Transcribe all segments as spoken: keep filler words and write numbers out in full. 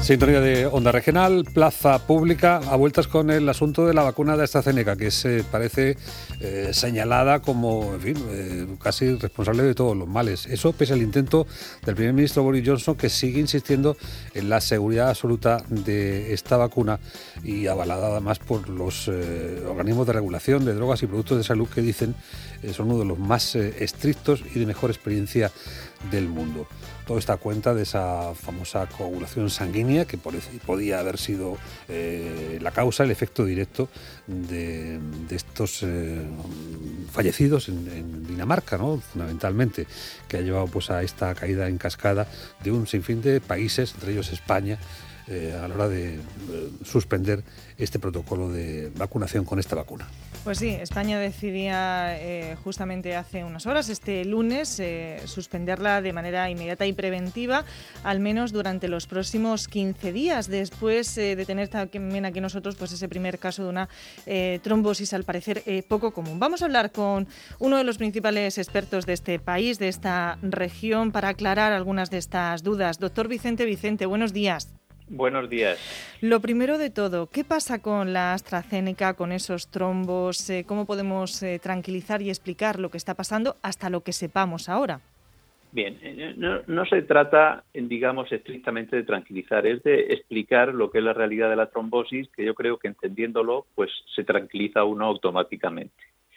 Sintonía de Onda Regional, Plaza Pública, a vueltas con el asunto de la vacuna de AstraZeneca, que se parece eh, señalada como, en fin, eh, casi responsable de todos los males. Eso pese al intento del primer ministro Boris Johnson, que sigue insistiendo en la seguridad absoluta de esta vacuna y avalada además por los eh, organismos de regulación de drogas y productos de salud que dicen eh, son uno de los más eh, estrictos y de mejor experiencia del mundo. Todo está a cuenta de esa famosa coagulación sanguínea que podía haber sido eh, la causa, el efecto directo de, de estos eh, fallecidos en, en Dinamarca, ¿no? Fundamentalmente, que ha llevado pues a esta caída en cascada de un sinfín de países, entre ellos España, eh, a la hora de eh, suspender este protocolo de vacunación con esta vacuna. Pues sí, España decidía eh, justamente hace unas horas, este lunes, eh, suspenderla de manera inmediata y preventiva, al menos durante los próximos quince días, después eh, de tener también aquí nosotros pues ese primer caso de una eh, trombosis, al parecer eh, poco común. Vamos a hablar con uno de los principales expertos de este país, de esta región, para aclarar algunas de estas dudas. Doctor Vicente Vicente, buenos días. Buenos días. Lo primero de todo, ¿qué pasa con la AstraZeneca, con esos trombos? Eh, ¿Cómo podemos eh, tranquilizar y explicar lo que está pasando hasta lo que sepamos ahora? Bien, no, no se trata, digamos, estrictamente de tranquilizar, es de explicar lo que es la realidad de la trombosis, que yo creo que entendiéndolo, pues se tranquiliza uno automáticamente.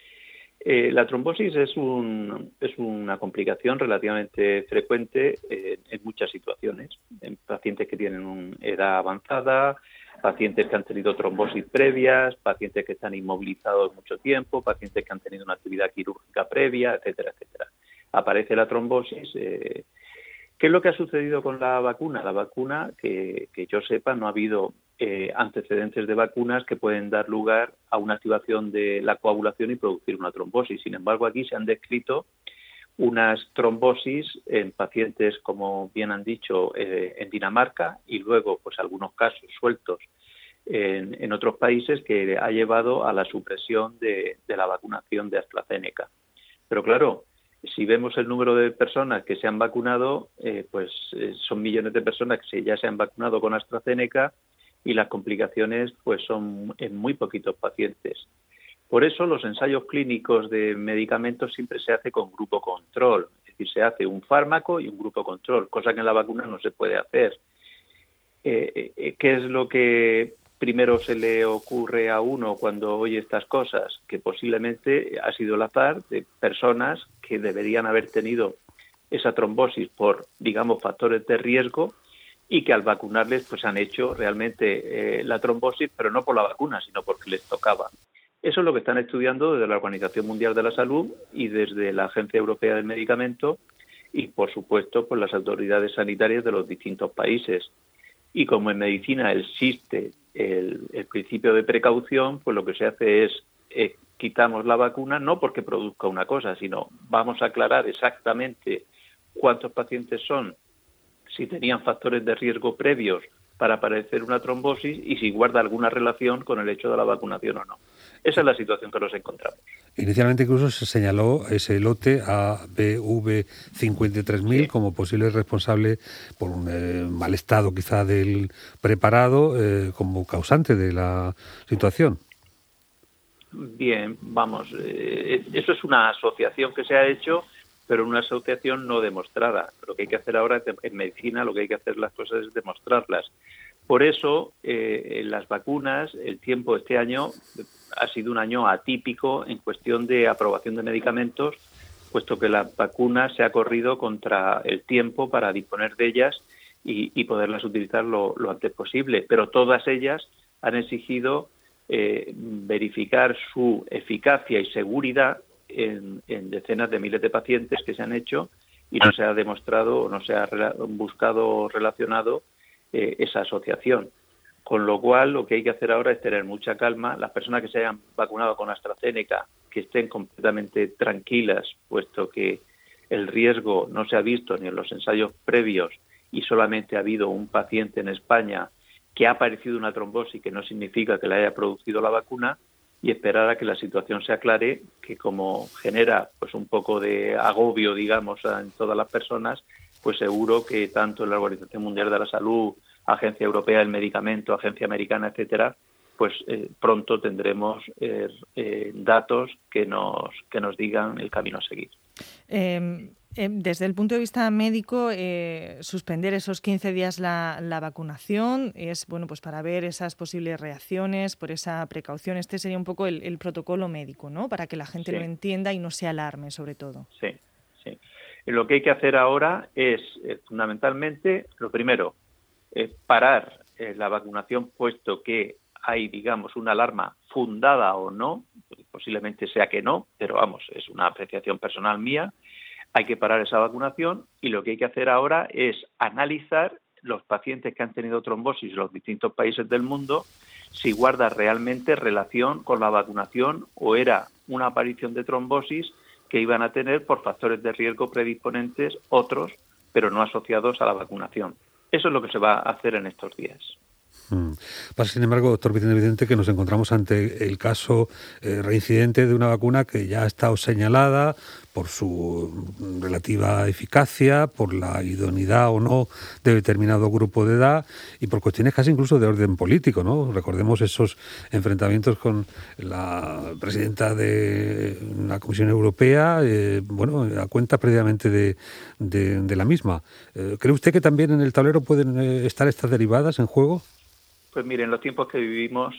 Eh, la trombosis es, un, es una complicación relativamente frecuente eh, en muchas situaciones, en pacientes que tienen una edad avanzada, pacientes que han tenido trombosis previas, pacientes que están inmovilizados mucho tiempo, pacientes que han tenido una actividad quirúrgica previa, etcétera, etcétera. Aparece la trombosis. Eh, ¿Qué es lo que ha sucedido con la vacuna? La vacuna, que, que yo sepa, no ha habido eh, antecedentes de vacunas que pueden dar lugar a una activación de la coagulación y producir una trombosis. Sin embargo, aquí se han descrito unas trombosis en pacientes, como bien han dicho, eh, en Dinamarca y luego pues algunos casos sueltos en, en otros países que ha llevado a la supresión de, de la vacunación de AstraZeneca. Pero claro, si vemos el número de personas que se han vacunado, eh, pues eh, son millones de personas que ya se han vacunado con AstraZeneca y las complicaciones pues son en muy poquitos pacientes. Por eso los ensayos clínicos de medicamentos siempre se hace con grupo control, es decir, se hace un fármaco y un grupo control, cosa que en la vacuna no se puede hacer. Eh, eh, ¿Qué es lo que primero se le ocurre a uno cuando oye estas cosas? Que posiblemente ha sido el azar de personas que deberían haber tenido esa trombosis por, digamos, factores de riesgo y que al vacunarles pues han hecho realmente eh, la trombosis, pero no por la vacuna, sino porque les tocaba. Eso es lo que están estudiando desde la Organización Mundial de la Salud y desde la Agencia Europea del Medicamento y, por supuesto, por las autoridades sanitarias de los distintos países. Y como en medicina existe el, el principio de precaución, pues lo que se hace es eh, quitamos la vacuna no porque produzca una cosa, sino vamos a aclarar exactamente cuántos pacientes son, si tenían factores de riesgo previos para padecer una trombosis y si guarda alguna relación con el hecho de la vacunación o no. Esa es la situación que nos encontramos. Inicialmente incluso se señaló ese lote A B V cincuenta y tres mil sí. como posible responsable por un eh, mal estado quizá del preparado eh, como causante de la situación. Bien, vamos, eh, eso es una asociación que se ha hecho, pero una asociación no demostrada. Lo que hay que hacer ahora en medicina, lo que hay que hacer las cosas es demostrarlas. Por eso, eh, en las vacunas, el tiempo este año ha sido un año atípico en cuestión de aprobación de medicamentos, puesto que la vacuna se ha corrido contra el tiempo para disponer de ellas y, y poderlas utilizar lo, lo antes posible. Pero todas ellas han exigido eh, verificar su eficacia y seguridad en, en decenas de miles de pacientes que se han hecho y no se ha demostrado o no se ha rela- buscado o relacionado eh, esa asociación. Con lo cual, lo que hay que hacer ahora es tener mucha calma. Las personas que se hayan vacunado con AstraZeneca, que estén completamente tranquilas, puesto que el riesgo no se ha visto ni en los ensayos previos y solamente ha habido un paciente en España que ha aparecido una trombosis, que no significa que le haya producido la vacuna, y esperar a que la situación se aclare, que como genera pues un poco de agobio, digamos, en todas las personas, pues seguro que tanto la Organización Mundial de la Salud Agencia Europea del Medicamento, Agencia Americana, etcétera, pues eh, pronto tendremos eh, eh, datos que nos que nos digan el camino a seguir. Eh, eh, desde el punto de vista médico, eh, suspender esos quince días la, la vacunación es bueno pues para ver esas posibles reacciones, por esa precaución. Este sería un poco el, el protocolo médico, ¿no? Para que la gente Sí. lo entienda y no se alarme, sobre todo. Sí, sí. Lo que hay que hacer ahora es, eh, fundamentalmente, lo primero, eh, parar eh, la vacunación, puesto que hay, digamos, una alarma fundada o no, posiblemente sea que no, pero vamos, es una apreciación personal mía, hay que parar esa vacunación y lo que hay que hacer ahora es analizar los pacientes que han tenido trombosis en los distintos países del mundo, si guarda realmente relación con la vacunación o era una aparición de trombosis que iban a tener por factores de riesgo predisponentes otros, pero no asociados a la vacunación. Eso es lo que se va a hacer en estos días. Mm. Pasa, sin embargo, doctor Vicente, que nos encontramos ante el caso eh, reincidente de una vacuna que ya ha estado señalada por su relativa eficacia, por la idoneidad o no de determinado grupo de edad y por cuestiones casi incluso de orden político, ¿no? Recordemos esos enfrentamientos con la presidenta de la Comisión Europea, eh, bueno, a cuenta previamente de, de, de la misma. Eh, ¿Cree usted que también en el tablero pueden eh, estar estas derivadas en juego? Pues miren, los tiempos que vivimos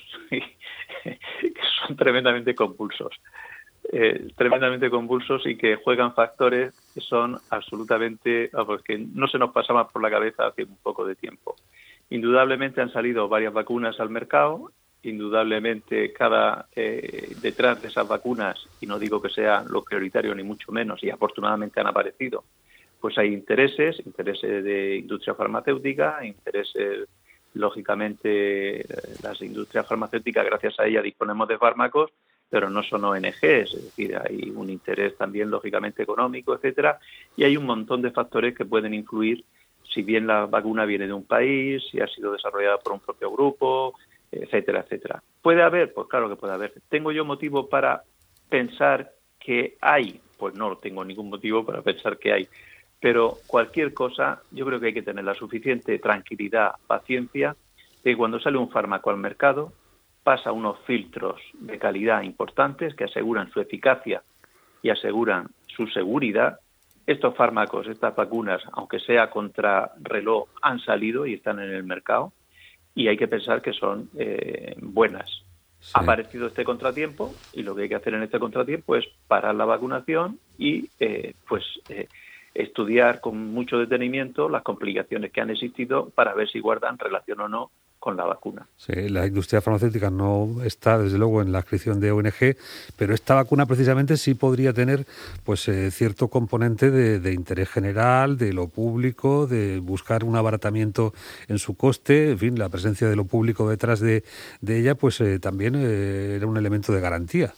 son tremendamente convulsos. Eh, tremendamente convulsos y que juegan factores que son absolutamente, vamos, que no se nos pasaban por la cabeza hace un poco de tiempo. Indudablemente han salido varias vacunas al mercado, indudablemente cada eh, detrás de esas vacunas, y no digo que sea lo prioritario ni mucho menos, y afortunadamente han aparecido, pues hay intereses, intereses de industria farmacéutica, intereses, lógicamente, las industrias farmacéuticas, gracias a ellas disponemos de fármacos, pero no son O N Ges, es decir, hay un interés también, lógicamente, económico, etcétera, y hay un montón de factores que pueden influir, si bien la vacuna viene de un país, si ha sido desarrollada por un propio grupo, etcétera, etcétera. ¿Puede haber? Pues claro que puede haber. ¿Tengo yo motivo para pensar que hay? Pues no tengo ningún motivo para pensar que hay. Pero cualquier cosa, yo creo que hay que tener la suficiente tranquilidad, paciencia, de que cuando sale un fármaco al mercado, pasa unos filtros de calidad importantes que aseguran su eficacia y aseguran su seguridad. Estos fármacos, estas vacunas, aunque sea contra reloj, han salido y están en el mercado y hay que pensar que son eh, buenas. Sí. Ha aparecido este contratiempo y lo que hay que hacer en este contratiempo es parar la vacunación y eh, pues eh, estudiar con mucho detenimiento las complicaciones que han existido para ver si guardan relación o no con la vacuna. Sí, la industria farmacéutica no está, desde luego, en la adscripción de O N Ge, pero esta vacuna precisamente sí podría tener pues eh, cierto componente de, de interés general, de lo público, de buscar un abaratamiento en su coste, en fin, la presencia de lo público detrás de, de ella, pues eh, también eh, era un elemento de garantía.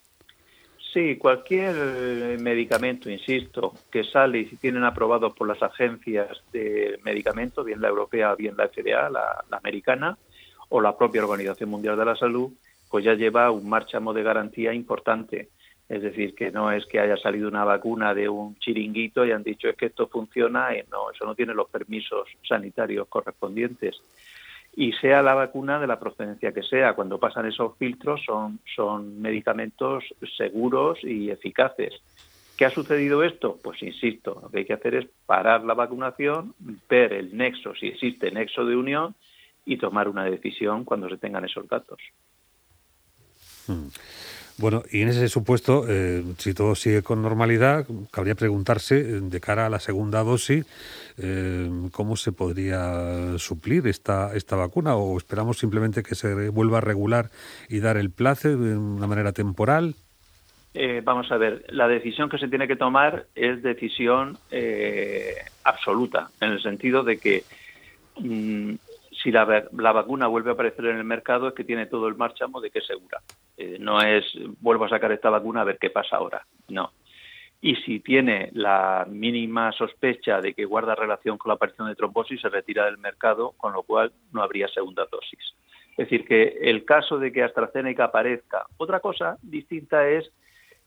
Sí, cualquier medicamento, insisto, que sale y si tienen aprobados por las agencias de medicamentos, bien la europea, bien la F D A, la, la americana, o la propia Organización Mundial de la Salud, pues ya lleva un márchamo de garantía importante. Es decir, que no es que haya salido una vacuna de un chiringuito y han dicho es que esto funciona, y no, eso no tiene los permisos sanitarios correspondientes. Y sea la vacuna de la procedencia que sea, cuando pasan esos filtros son, son medicamentos seguros y eficaces. ¿Qué ha sucedido esto? Pues insisto, lo que hay que hacer es parar la vacunación, ver el nexo, si existe nexo de unión, y tomar una decisión cuando se tengan esos datos. Hmm. Bueno, y en ese supuesto, eh, si todo sigue con normalidad, cabría preguntarse, de cara a la segunda dosis, eh, ¿cómo se podría suplir esta, esta vacuna? ¿O esperamos simplemente que se vuelva a regular y dar el plazo de una manera temporal? Eh, vamos a ver, la decisión que se tiene que tomar es decisión eh, absoluta, en el sentido de que mmm, si la, la vacuna vuelve a aparecer en el mercado es que tiene todo el márchamo de que es segura. Eh, no es, vuelvo a sacar esta vacuna a ver qué pasa ahora. No. Y si tiene la mínima sospecha de que guarda relación con la aparición de trombosis, se retira del mercado, con lo cual no habría segunda dosis. Es decir, que el caso de que AstraZeneca aparezca. Otra cosa distinta es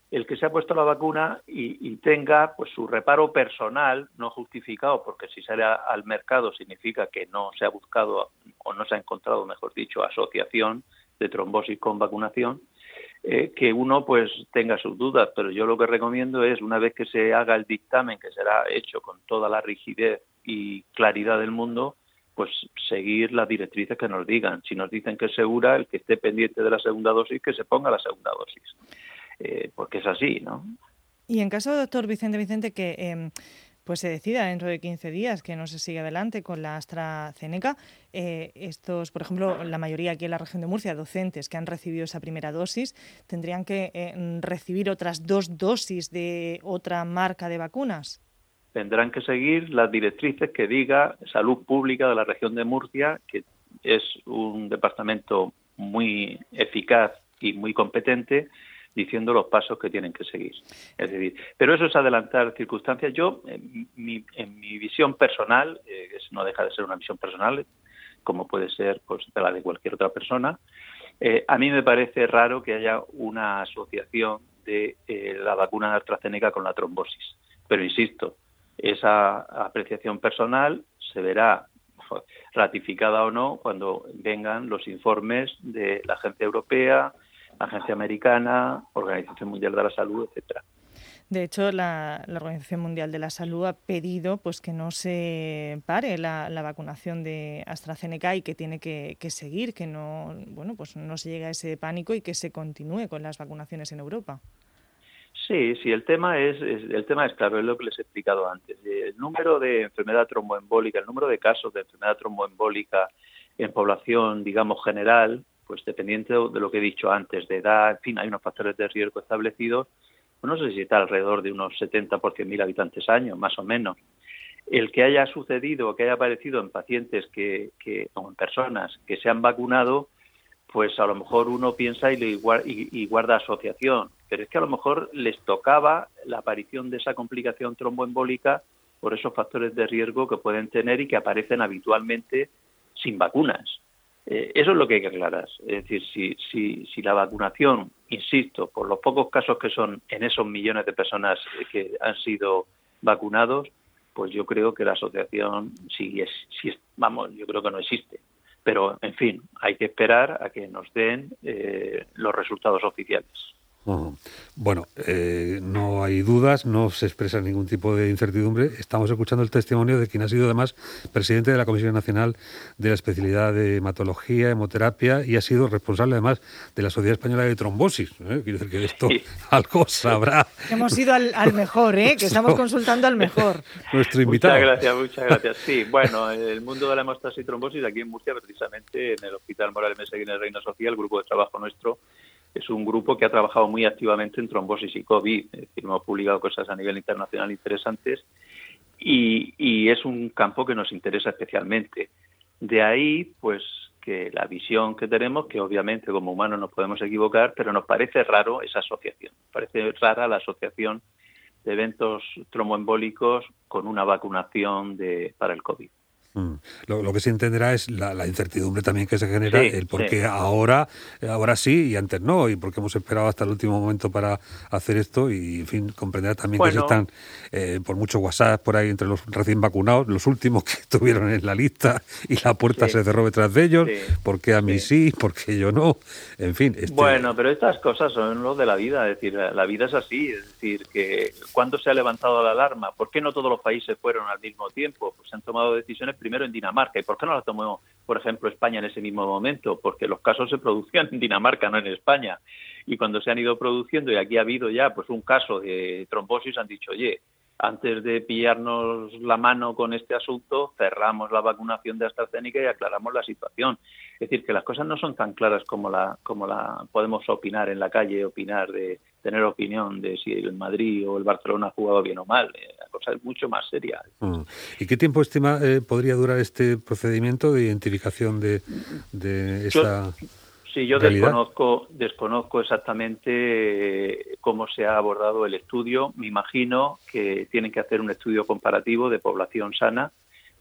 el que se ha puesto la vacuna y, y tenga pues su reparo personal no justificado, porque si sale a, al mercado significa que no se ha buscado o no se ha encontrado, mejor dicho, asociación de trombosis con vacunación, eh, que uno pues tenga sus dudas. Pero yo lo que recomiendo es, una vez que se haga el dictamen, que será hecho con toda la rigidez y claridad del mundo, pues seguir las directrices que nos digan. Si nos dicen que es segura, el que esté pendiente de la segunda dosis, que se ponga la segunda dosis. Eh, porque es así, ¿no? Y en caso, doctor Vicente Vicente, que eh, pues se decida dentro de quince días que no se sigue adelante con la AstraZeneca, eh, estos, por ejemplo, la mayoría aquí en la región de Murcia, docentes que han recibido esa primera dosis, tendrían que eh, recibir otras dos dosis de otra marca de vacunas. Tendrán que seguir las directrices que diga Salud Pública de la región de Murcia, que es un departamento muy eficaz y muy competente, diciendo los pasos que tienen que seguir. Es decir, pero eso es adelantar circunstancias. Yo, en mi, en mi visión personal, eh, no deja de ser una visión personal, como puede ser pues la de cualquier otra persona, eh, a mí me parece raro que haya una asociación de eh, la vacuna de AstraZeneca con la trombosis. Pero insisto, esa apreciación personal se verá ratificada o no cuando vengan los informes de la Agencia Europea, Agencia Americana, Organización Mundial de la Salud, etcétera. De hecho, la, la Organización Mundial de la Salud ha pedido pues que no se pare la, la vacunación de AstraZeneca y que tiene que, que seguir, que no, bueno, pues no se llegue a ese pánico y que se continúe con las vacunaciones en Europa. Sí, sí, el tema es, es el tema es claro, es lo que les he explicado antes. El número de enfermedad tromboembólica, el número de casos de enfermedad tromboembólica en población, digamos, general, pues dependiente de lo que he dicho antes, de edad, en fin, hay unos factores de riesgo establecidos, pues no sé si está alrededor de unos setenta por cien mil habitantes año, más o menos. El que haya sucedido o que haya aparecido en pacientes que, que, o en personas que se han vacunado, pues a lo mejor uno piensa y, le, y, y guarda asociación, pero es que a lo mejor les tocaba la aparición de esa complicación tromboembólica por esos factores de riesgo que pueden tener y que aparecen habitualmente sin vacunas. Eh, eso es lo que hay que aclarar. Es decir, si, si, si la vacunación, insisto, por los pocos casos que son en esos millones de personas que han sido vacunados, pues yo creo que la asociación, si es, si es, vamos, yo creo que no existe. Pero, en fin, hay que esperar a que nos den eh, los resultados oficiales. Uh-huh. Bueno, eh, no hay dudas, no se expresa ningún tipo de incertidumbre. Estamos escuchando el testimonio de quien ha sido además presidente de la Comisión Nacional de la especialidad de hematología, hemoterapia y ha sido responsable además de la Sociedad Española de Trombosis. ¿eh? Quiero decir que de esto sí. algo sabrá. Hemos ido al, al mejor, ¿eh? que estamos consultando al mejor. Nuestro invitado. Muchas gracias, muchas gracias. Sí, bueno, el mundo de la hemostasis y trombosis aquí en Murcia, precisamente en el Hospital Morales Mesa y en el Reina Sofía, el grupo de trabajo nuestro es un grupo que ha trabajado muy activamente en trombosis y COVID. Es decir, hemos publicado cosas a nivel internacional interesantes y, y es un campo que nos interesa especialmente. De ahí, pues, que la visión que tenemos, que obviamente como humanos nos podemos equivocar, pero nos parece raro esa asociación. Parece rara la asociación de eventos tromboembólicos con una vacunación de, para el COVID. Mm. Lo, lo que se entenderá es la, la incertidumbre también que se genera, sí, el por qué sí. ahora, ahora sí y antes no, y por qué hemos esperado hasta el último momento para hacer esto, y en fin, comprenderá también bueno. que se están, eh, por mucho WhatsApp por ahí entre los recién vacunados, los últimos que estuvieron en la lista, y la puerta sí. se cerró detrás de ellos, sí. por qué a mí sí, sí por qué yo no, en fin. Este... Bueno, pero estas cosas son lo de la vida, es decir, la, la vida es así, es decir, que cuando se ha levantado la alarma, ¿por qué no todos los países fueron al mismo tiempo? Pues se han tomado decisiones primero en Dinamarca. ¿Y por qué no la tomó, por ejemplo, España en ese mismo momento? Porque los casos se producían en Dinamarca, no en España. Y cuando se han ido produciendo, y aquí ha habido ya pues un caso de trombosis, han dicho, oye, antes de pillarnos la mano con este asunto, cerramos la vacunación de AstraZeneca y aclaramos la situación. Es decir, que las cosas no son tan claras como la como la podemos opinar en la calle, opinar de tener opinión de si el Madrid o el Barcelona ha jugado bien o mal. La cosa es mucho más seria. Mm. ¿Y qué tiempo estima eh, podría durar este procedimiento de identificación de, de esta... Yo... Sí, yo desconozco, desconozco exactamente cómo se ha abordado el estudio. Me imagino que tienen que hacer un estudio comparativo de población sana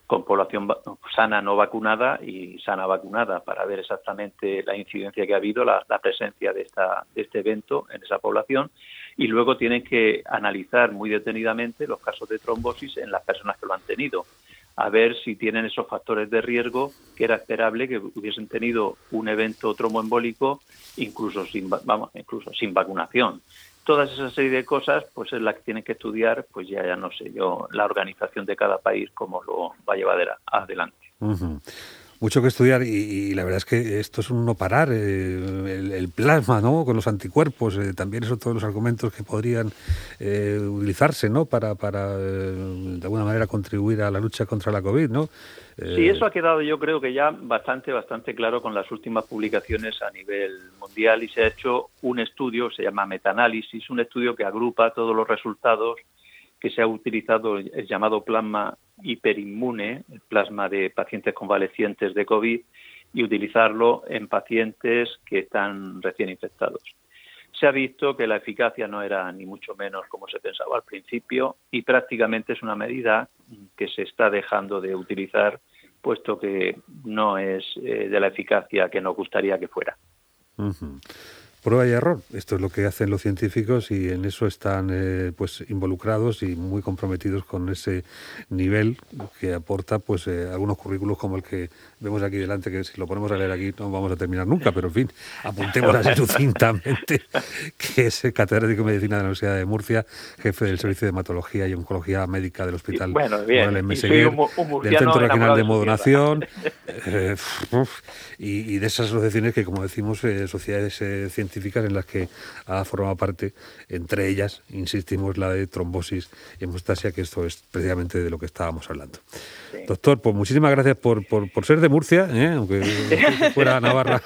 con población sana no vacunada y sana vacunada, para ver exactamente la incidencia que ha habido, la, la presencia de, esta, de este evento en esa población, y luego tienen que analizar muy detenidamente los casos de trombosis en las personas que lo han tenido, a ver si tienen esos factores de riesgo que era esperable que hubiesen tenido un evento tromboembólico incluso sin, vamos, incluso sin vacunación. Todas esa serie de cosas, pues es la que tienen que estudiar, pues ya ya no sé yo, la organización de cada país cómo lo va a llevar adelante. Uh-huh. Mucho que estudiar y, y la verdad es que esto es un no parar, eh, el, el plasma, ¿no? Con los anticuerpos, eh, también son todos los argumentos que podrían eh, utilizarse, ¿no? Para, para eh, de alguna manera contribuir a la lucha contra la COVID, ¿no? Eh... Sí, eso ha quedado yo creo que ya bastante, bastante claro con las últimas publicaciones a nivel mundial, y se ha hecho un estudio, se llama metaanálisis, un estudio que agrupa todos los resultados que se ha utilizado, el llamado plasma hiperinmune, el plasma de pacientes convalecientes de COVID, y utilizarlo en pacientes que están recién infectados. Se ha visto que la eficacia no era ni mucho menos como se pensaba al principio, y prácticamente es una medida que se está dejando de utilizar, puesto que no es eh, de la eficacia que nos gustaría que fuera. Uh-huh. Prueba y error, esto es lo que hacen los científicos y en eso están eh, pues involucrados y muy comprometidos con ese nivel que aporta pues eh, algunos currículos como el que vemos aquí delante, que si lo ponemos a leer aquí no vamos a terminar nunca, pero en fin, apuntemos así sucintamente, que es catedrático de Medicina de la Universidad de Murcia, jefe del Servicio de Hematología y Oncología Médica del Hospital bueno, bien, Morales Meseguer, un, un del Centro Regional de Modonación eh, uf, y, y de esas asociaciones que, como decimos, eh, sociedades eh, científicas en las que ha formado parte, entre ellas, insistimos, la de trombosis y hemostasia, que esto es precisamente de lo que estábamos hablando. Sí. Doctor, pues muchísimas gracias por, por, por ser de Murcia, ¿eh? Aunque fuera Navarra,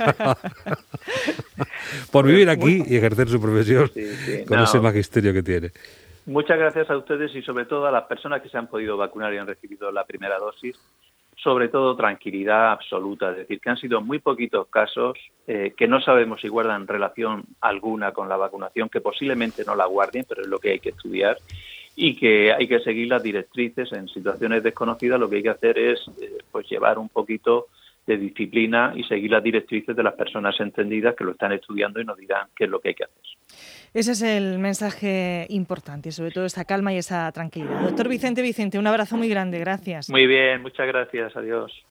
por vivir aquí y ejercer su profesión sí, sí. con no. ese magisterio que tiene. Muchas gracias a ustedes y sobre todo a las personas que se han podido vacunar y han recibido la primera dosis. Sobre todo tranquilidad absoluta, es decir, que han sido muy poquitos casos eh, que no sabemos si guardan relación alguna con la vacunación, que posiblemente no la guarden, pero es lo que hay que estudiar, y que hay que seguir las directrices en situaciones desconocidas. Lo que hay que hacer es eh, pues llevar un poquito de disciplina y seguir las directrices de las personas entendidas que lo están estudiando y nos dirán qué es lo que hay que hacer. Ese es el mensaje importante, y sobre todo esa calma y esa tranquilidad. Doctor Vicente Vicente, un abrazo muy grande, gracias. Muy bien, muchas gracias, adiós.